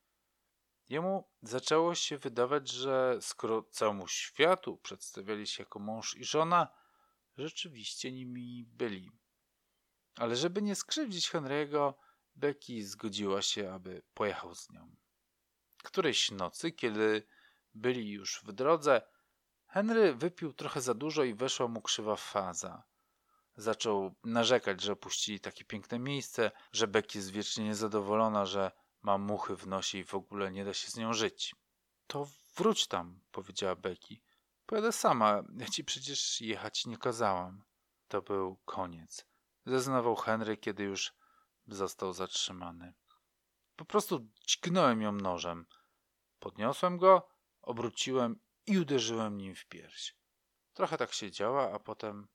[SPEAKER 1] Jemu zaczęło się wydawać, że skoro całemu światu przedstawiali się jako mąż i żona, rzeczywiście nimi byli. Ale żeby nie skrzywdzić Henry'ego, Becky zgodziła się, aby pojechał z nią. Którejś nocy, kiedy byli już w drodze, Henry wypił trochę za dużo i weszła mu krzywa faza. Zaczął narzekać, że opuścili takie piękne miejsce, że Becky jest wiecznie niezadowolona, że ma muchy w nosie i w ogóle nie da się z nią żyć. To wróć tam, powiedziała Becky. Pojadę sama, ja ci przecież jechać nie kazałam. To był koniec. Zeznawał Henry, kiedy już został zatrzymany. Po prostu dźgnąłem ją nożem. Podniosłem go, obróciłem i uderzyłem nim w pierś. Trochę tak siedziała, a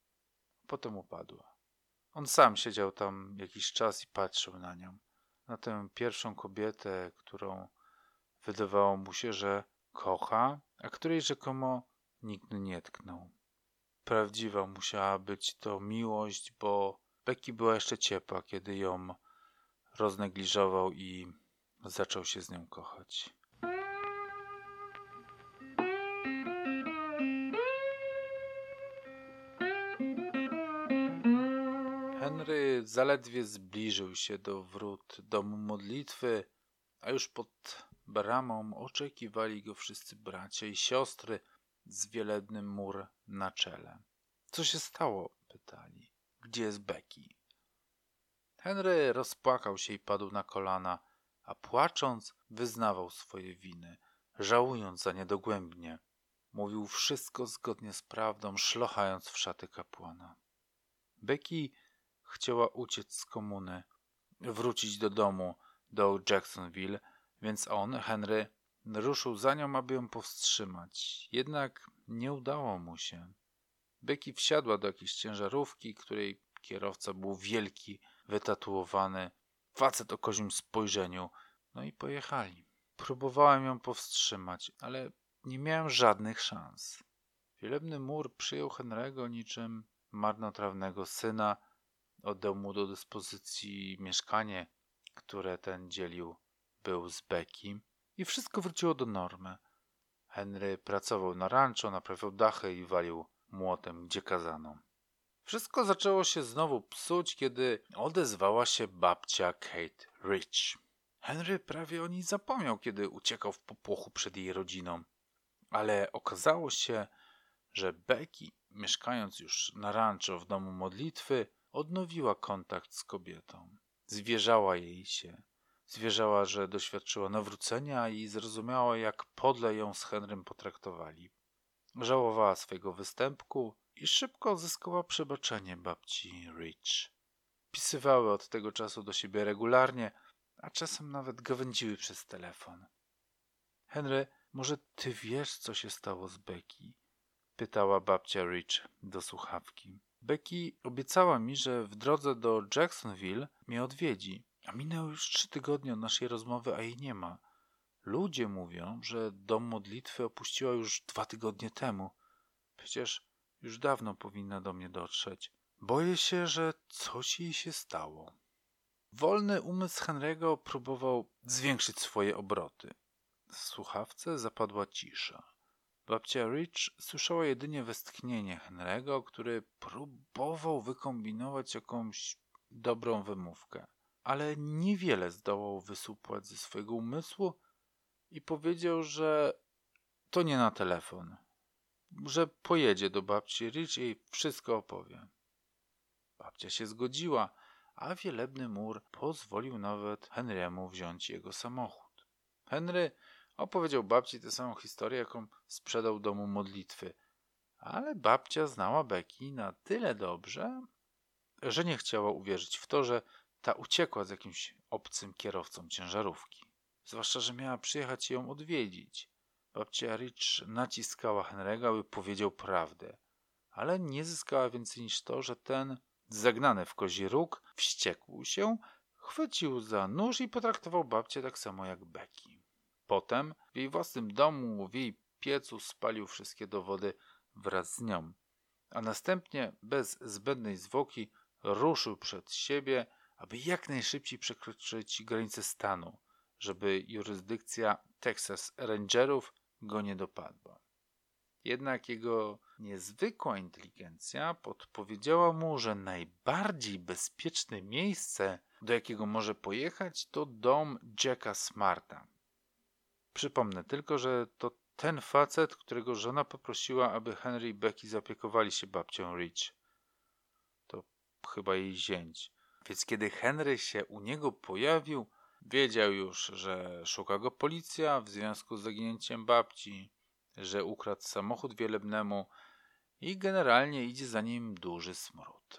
[SPEAKER 1] potem upadła. On sam siedział tam jakiś czas i patrzył na nią. Na tę pierwszą kobietę, którą wydawało mu się, że kocha, a której rzekomo nikt nie tknął. Prawdziwa musiała być to miłość, bo Becky była jeszcze ciepła, kiedy ją roznegliżował i zaczął się z nią kochać. Henry zaledwie zbliżył się do wrót domu modlitwy, a już pod bramą oczekiwali go wszyscy bracia i siostry z wielebnym mur na czele. Co się stało? Pytali. Gdzie jest Becky? Henry rozpłakał się i padł na kolana, a płacząc wyznawał swoje winy, żałując za nie dogłębnie. Mówił wszystko zgodnie z prawdą, szlochając w szaty kapłana. Becky chciała uciec z komuny, wrócić do domu, do Jacksonville, więc on, Henry, ruszył za nią, aby ją powstrzymać. Jednak nie udało mu się. Becky wsiadła do jakiejś ciężarówki, której kierowca był wielki, wytatuowany, facet o kozim spojrzeniu. No i pojechali. Próbowałem ją powstrzymać, ale nie miałem żadnych szans. Wielebny mur przyjął Henry'ego niczym marnotrawnego syna, oddał mu do dyspozycji mieszkanie, które ten dzielił był z Becky i wszystko wróciło do normy. Henry pracował na rancho, naprawiał dachy i walił młotem, gdzie kazano. Wszystko zaczęło się znowu psuć, kiedy odezwała się babcia Kate Rich. Henry prawie o niej zapomniał, kiedy uciekał w popłochu przed jej rodziną. Ale okazało się, że Becky, mieszkając już na rancho w domu modlitwy, odnowiła kontakt z kobietą. Zwierzała jej się. Zwierzała, że doświadczyła nawrócenia i zrozumiała, jak podle ją z Henrym potraktowali. Żałowała swojego występku i szybko zyskała przebaczenie babci Rich. Pisywały od tego czasu do siebie regularnie, a czasem nawet gawędziły przez telefon. Henry, może ty wiesz, co się stało z Becky? Pytała babcia Rich do słuchawki. Becky obiecała mi, że w drodze do Jacksonville mnie odwiedzi, a minęły już 3 tygodnie od naszej rozmowy, a jej nie ma. Ludzie mówią, że dom modlitwy opuściła już 2 tygodnie temu. Przecież już dawno powinna do mnie dotrzeć. Boję się, że coś jej się stało. Wolny umysł Henry'ego próbował zwiększyć swoje obroty. W słuchawce zapadła cisza. Babcia Rich słyszała jedynie westchnienie Henry'ego, który próbował wykombinować jakąś dobrą wymówkę, ale niewiele zdołał wysupłać ze swojego umysłu i powiedział, że to nie na telefon, że pojedzie do babci Rich i wszystko opowie. Babcia się zgodziła, a wielebny mur pozwolił nawet Henry'emu wziąć jego samochód. Henry opowiedział babci tę samą historię, jaką sprzedał domu modlitwy, ale babcia znała Becky na tyle dobrze, że nie chciała uwierzyć w to, że ta uciekła z jakimś obcym kierowcą ciężarówki. Zwłaszcza, że miała przyjechać ją odwiedzić. Babcia Rich naciskała Henry'ego, by powiedział prawdę, ale nie zyskała więcej niż to, że ten, zagnany w kozi róg, wściekł się, chwycił za nóż i potraktował babcię tak samo jak Becky. Potem w jej własnym domu, w jej piecu spalił wszystkie dowody wraz z nią, a następnie bez zbędnej zwłoki ruszył przed siebie, aby jak najszybciej przekroczyć granice stanu, żeby jurysdykcja Texas Rangerów go nie dopadła. Jednak jego niezwykła inteligencja podpowiedziała mu, że najbardziej bezpieczne miejsce, do jakiego może pojechać, to dom Jacka Smarta. Przypomnę tylko, że to ten facet, którego żona poprosiła, aby Henry i Becky zaopiekowali się babcią Rich. To chyba jej zięć. Więc kiedy Henry się u niego pojawił, wiedział już, że szuka go policja w związku z zaginięciem babci, że ukradł samochód wielebnemu i generalnie idzie za nim duży smród.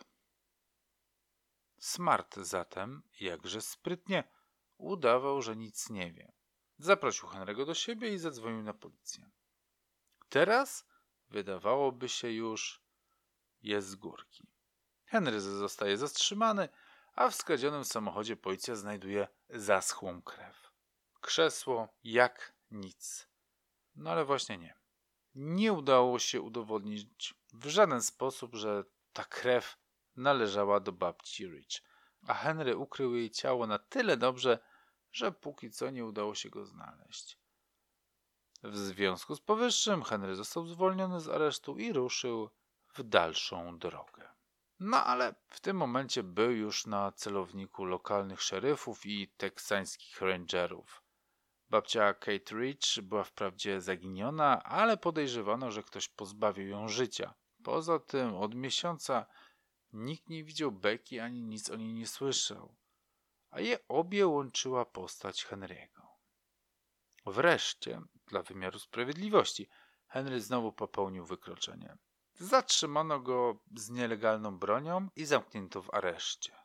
[SPEAKER 1] Smart zatem, jakże sprytnie, udawał, że nic nie wie. Zaprosił Henry'ego do siebie i zadzwonił na policję. Teraz, wydawałoby się już, jest z górki. Henry zostaje zatrzymany, a w skradzionym samochodzie policja znajduje zaschłą krew. Krzesło jak nic. No ale właśnie nie. Nie udało się udowodnić w żaden sposób, że ta krew należała do babci Rich, a Henry ukrył jej ciało na tyle dobrze, że póki co nie udało się go znaleźć. W związku z powyższym Henry został zwolniony z aresztu i ruszył w dalszą drogę. No ale w tym momencie był już na celowniku lokalnych szeryfów i teksańskich rangerów. Babcia Kate Rich była wprawdzie zaginiona, ale podejrzewano, że ktoś pozbawił ją życia. Poza tym od miesiąca nikt nie widział Becky ani nic o niej nie słyszał, a je obie łączyła postać Henry'ego. Wreszcie, dla wymiaru sprawiedliwości, Henry znowu popełnił wykroczenie. Zatrzymano go z nielegalną bronią i zamknięto w areszcie.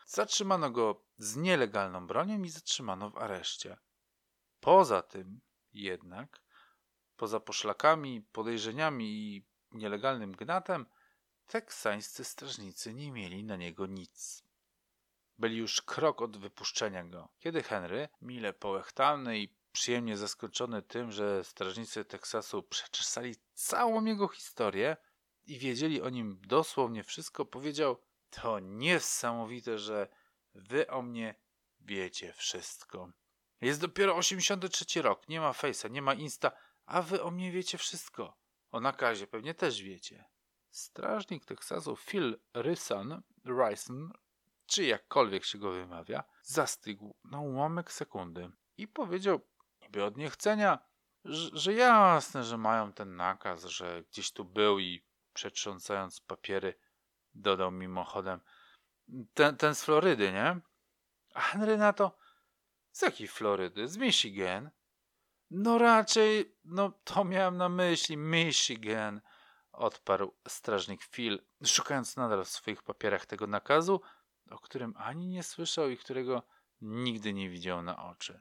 [SPEAKER 1] Poza tym jednak, poza poszlakami, podejrzeniami i nielegalnym gnatem, teksańscy strażnicy nie mieli na niego nic. Byli już krok od wypuszczenia go, kiedy Henry, mile połechtany i przyjemnie zaskoczony tym, że strażnicy Teksasu przeczesali całą jego historię i wiedzieli o nim dosłownie wszystko, powiedział: to niesamowite, że wy o mnie wiecie wszystko. Jest dopiero 83 rok, nie ma Face'a, nie ma Insta, a wy o mnie wiecie wszystko. O nakazie pewnie też wiecie. Strażnik Teksasu Phil Ryson, czy jakkolwiek się go wymawia, zastygł na ułamek sekundy i powiedział niby od niechcenia, że jasne, że mają ten nakaz, że gdzieś tu był, i przetrząsając papiery dodał mimochodem: ten z Florydy, nie? A Henry na to: z jakiej Florydy? Z Michigan? No raczej, no to miałem na myśli Michigan, odparł strażnik Phil, szukając nadal w swoich papierach tego nakazu, o którym ani nie słyszał i którego nigdy nie widział na oczy.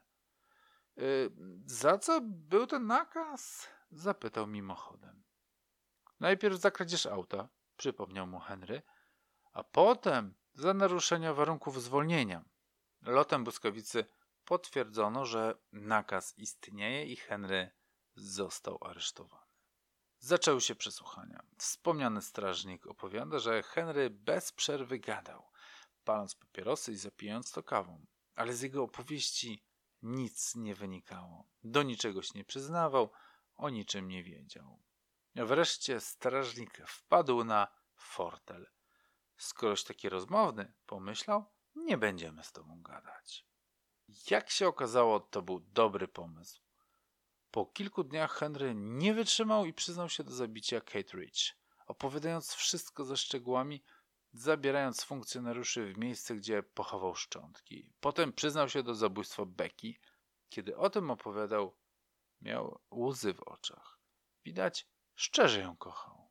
[SPEAKER 1] Za co był ten nakaz? Zapytał mimochodem. Najpierw za kradzież auta, przypomniał mu Henry, a potem za naruszenie warunków zwolnienia. Lotem błyskawicy potwierdzono, że nakaz istnieje i Henry został aresztowany. Zaczęły się przesłuchania. Wspomniany strażnik opowiada, że Henry bez przerwy gadał. paląc papierosy i zapijając to kawą. Ale z jego opowieści nic nie wynikało. Do niczego się nie przyznawał, o niczym nie wiedział. Wreszcie strażnik wpadł na fortel. Skoroś taki rozmowny, pomyślał, nie będziemy z tobą gadać. Jak się okazało, to był dobry pomysł. Po kilku dniach Henry nie wytrzymał i przyznał się do zabicia Kate Rich, opowiadając wszystko ze szczegółami, zabierając funkcjonariuszy w miejsce, gdzie pochował szczątki. Potem przyznał się do zabójstwa Becky. Kiedy o tym opowiadał, miał łzy w oczach. Widać, szczerze ją kochał.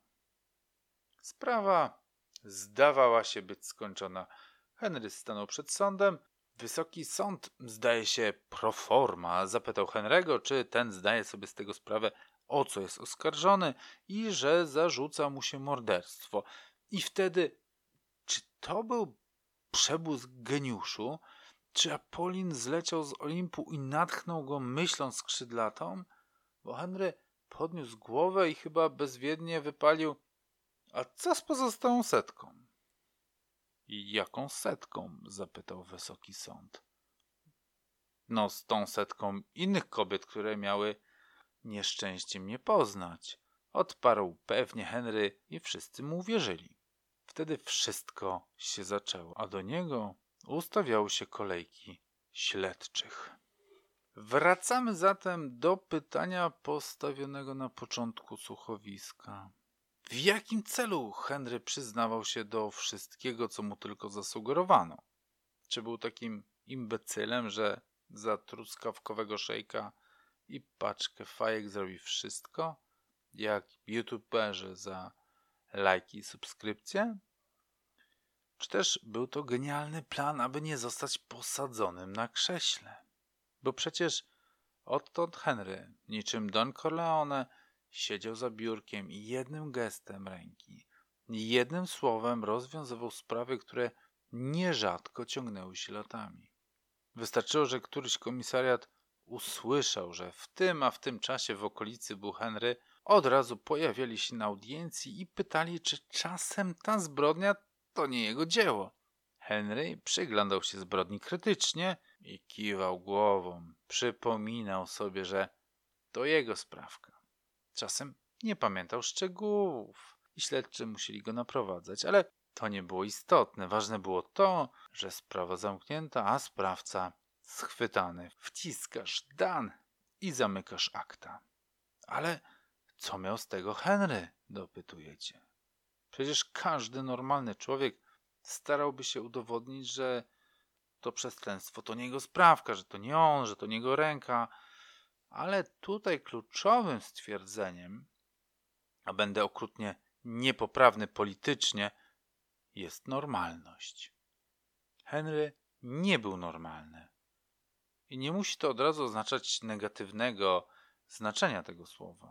[SPEAKER 1] Sprawa zdawała się być skończona. Henry stanął przed sądem. Wysoki sąd, zdaje się pro forma, zapytał Henry'ego, czy ten zdaje sobie z tego sprawę, o co jest oskarżony i że zarzuca mu się morderstwo. I wtedy, czy to był przebłysk geniuszu, czy Apollin zleciał z Olimpu i natchnął go myślą skrzydlatą? Bo Henry podniósł głowę i chyba bezwiednie wypalił: a co z pozostałą setką? I jaką setką? Zapytał wysoki sąd. No, z tą setką innych kobiet, które miały nieszczęście mnie poznać. Odparł pewnie Henry i wszyscy mu uwierzyli. Wtedy wszystko się zaczęło, a do niego ustawiały się kolejki śledczych. Wracamy zatem do pytania postawionego na początku słuchowiska. W jakim celu Henry przyznawał się do wszystkiego, co mu tylko zasugerowano? Czy był takim imbecylem, że za truskawkowego szejka i paczkę fajek zrobi wszystko, jak youtuberzy za lajki i subskrypcje? Czy też był to genialny plan, aby nie zostać posadzonym na krześle? Bo przecież odtąd Henry, niczym Don Corleone, siedział za biurkiem i jednym gestem ręki, jednym słowem rozwiązywał sprawy, które nierzadko ciągnęły się latami. Wystarczyło, że któryś komisariat usłyszał, że w tym czasie w okolicy był Henry, od razu pojawiali się na audiencji i pytali, czy czasem ta zbrodnia to nie jego dzieło. Henry przyglądał się zbrodni krytycznie i kiwał głową. Przypominał sobie, że to jego sprawka. Czasem nie pamiętał szczegółów i śledczy musieli go naprowadzać, ale to nie było istotne. Ważne było to, że sprawa zamknięta, a sprawca schwytany. Wciskasz dan i zamykasz akta. Ale co miał z tego Henry? Dopytujecie. Przecież każdy normalny człowiek starałby się udowodnić, że to przestępstwo to nie jego sprawka, że to nie on, że to nie jego ręka. Ale tutaj kluczowym stwierdzeniem, a będę okrutnie niepoprawny politycznie, jest normalność. Henry nie był normalny. I nie musi to od razu oznaczać negatywnego znaczenia tego słowa.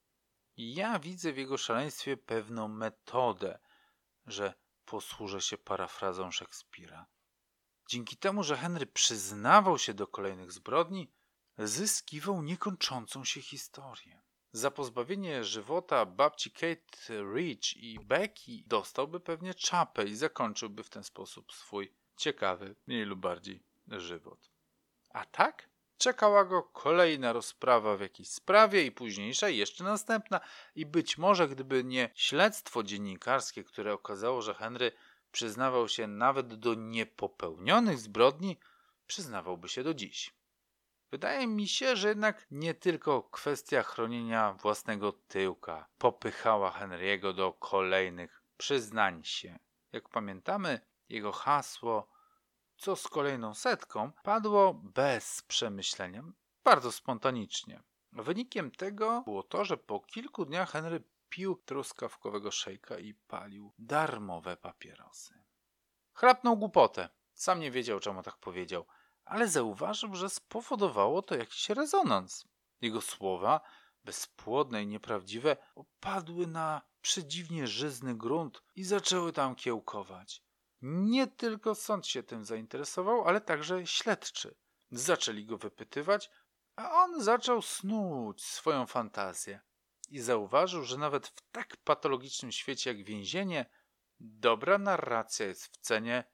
[SPEAKER 1] I ja widzę w jego szaleństwie pewną metodę, że posłużę się parafrazą Szekspira. Dzięki temu, że Henry przyznawał się do kolejnych zbrodni, zyskiwał niekończącą się historię. Za pozbawienie żywota babci Kate Rich i Becky dostałby pewnie czapę i zakończyłby w ten sposób swój ciekawy, mniej lub bardziej, żywot. A tak? Czekała go kolejna rozprawa w jakiejś sprawie i późniejsza i jeszcze następna. I być może gdyby nie śledztwo dziennikarskie, które okazało, że Henry przyznawał się nawet do niepopełnionych zbrodni, przyznawałby się do dziś. Wydaje mi się, że jednak nie tylko kwestia chronienia własnego tyłka popychała Henry'ego do kolejnych przyznań się. Jak pamiętamy, jego hasło "co z kolejną setką" padło bez przemyślenia, bardzo spontanicznie. Wynikiem tego było to, że po kilku dniach Henry pił truskawkowego szejka i palił darmowe papierosy. Chrapnął głupotę. Sam nie wiedział, czemu tak powiedział, ale zauważył, że spowodowało to jakiś rezonans. Jego słowa, bezpłodne i nieprawdziwe, opadły na przedziwnie żyzny grunt i zaczęły tam kiełkować. Nie tylko sąd się tym zainteresował, ale także śledczy. Zaczęli go wypytywać, a on zaczął snuć swoją fantazję. I zauważył, że nawet w tak patologicznym świecie jak więzienie dobra narracja jest w cenie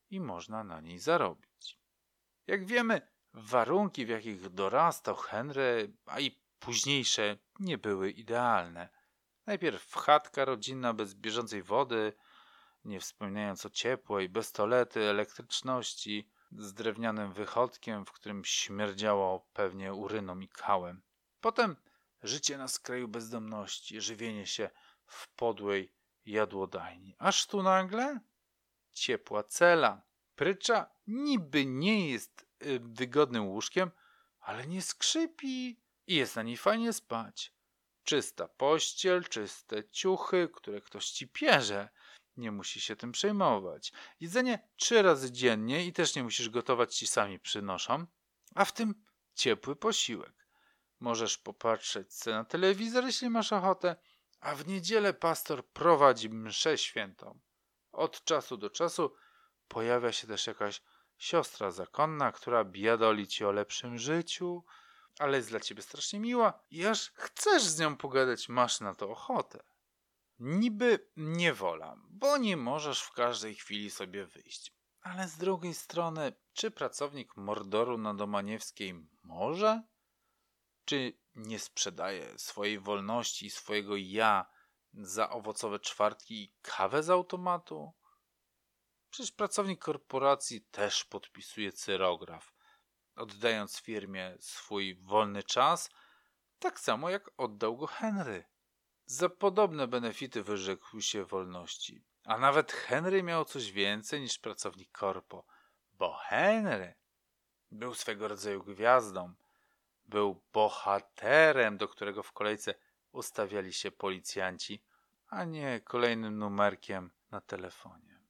[SPEAKER 1] i można na niej zarobić. Jak wiemy, warunki, w jakich dorastał Henry, a i późniejsze, nie były idealne. Najpierw chatka rodzinna bez bieżącej wody, nie wspominając o ciepłej, bez toalety, elektryczności, z drewnianym wychodkiem, w którym śmierdziało pewnie uryną i kałem. Potem życie na skraju bezdomności, żywienie się w podłej jadłodajni. Aż tu nagle ciepła cela. Prycza niby nie jest wygodnym łóżkiem, ale nie skrzypi i jest na niej fajnie spać. Czysta pościel, czyste ciuchy, które ktoś ci pierze. Nie musi się tym przejmować. Jedzenie 3 razy dziennie i też nie musisz gotować, ci sami przynoszą. A w tym ciepły posiłek. Możesz popatrzeć se na telewizor, jeśli masz ochotę, a w niedzielę pastor prowadzi mszę świętą. Od czasu do czasu pojawia się też jakaś siostra zakonna, która biadoli ci o lepszym życiu, ale jest dla ciebie strasznie miła i aż chcesz z nią pogadać, masz na to ochotę. Niby niewola, bo nie możesz w każdej chwili sobie wyjść. Ale z drugiej strony, czy pracownik Mordoru na Domaniewskiej może? Czy nie sprzedaje swojej wolności i swojego ja za owocowe czwartki i kawę z automatu? Przecież pracownik korporacji też podpisuje cyrograf, oddając firmie swój wolny czas, tak samo jak oddał go Henry. Za podobne benefity wyrzekł się wolności. A nawet Henry miał coś więcej niż pracownik korpo, bo Henry był swego rodzaju gwiazdą. Był bohaterem, do którego w kolejce ustawiali się policjanci, a nie kolejnym numerkiem na telefonie.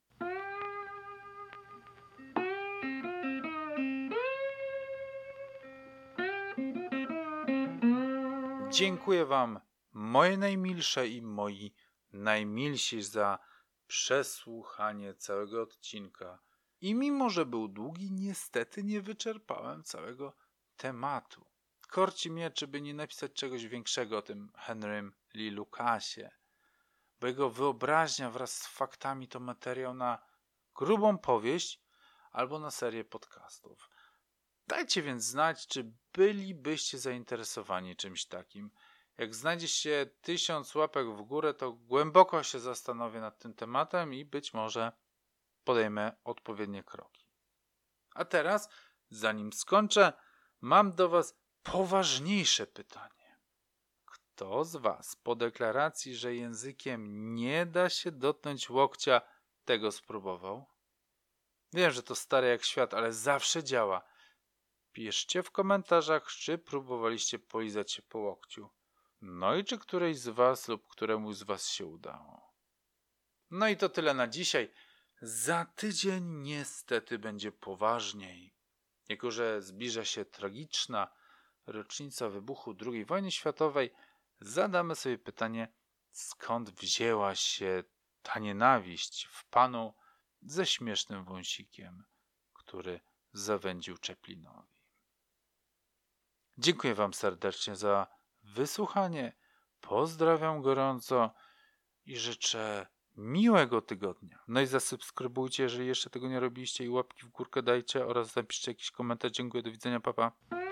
[SPEAKER 1] Dziękuję Wam, moje najmilsze i moi najmilsi, za przesłuchanie całego odcinka. I mimo, że był długi, niestety nie wyczerpałem całego tematu. Korci mnie, czy by nie napisać czegoś większego o tym Henrym Lee Lucasie, bo jego wyobraźnia wraz z faktami to materiał na grubą powieść albo na serię podcastów. Dajcie więc znać, czy bylibyście zainteresowani czymś takim. Jak znajdzie się 1000 łapek w górę, to głęboko się zastanowię nad tym tematem i być może podejmę odpowiednie kroki. A teraz, zanim skończę, mam do Was poważniejsze pytanie. Kto z Was po deklaracji, że językiem nie da się dotknąć łokcia, tego spróbował? Wiem, że to stare jak świat, ale zawsze działa. Piszcie w komentarzach, czy próbowaliście polizać się po łokciu. No i czy któreś z Was lub któremuś z Was się udało. No i to tyle na dzisiaj. Za tydzień niestety będzie poważniej. Jako że zbliża się tragiczna rocznica wybuchu II wojny światowej, zadamy sobie pytanie, skąd wzięła się ta nienawiść w Panu ze śmiesznym wąsikiem, który zawędził Chaplinowi. Dziękuję Wam serdecznie za wysłuchanie. Pozdrawiam gorąco i życzę miłego tygodnia. No i zasubskrybujcie, jeżeli jeszcze tego nie robiliście, i łapki w górkę dajcie oraz napiszcie jakiś komentarz. Dziękuję, do widzenia, pa pa.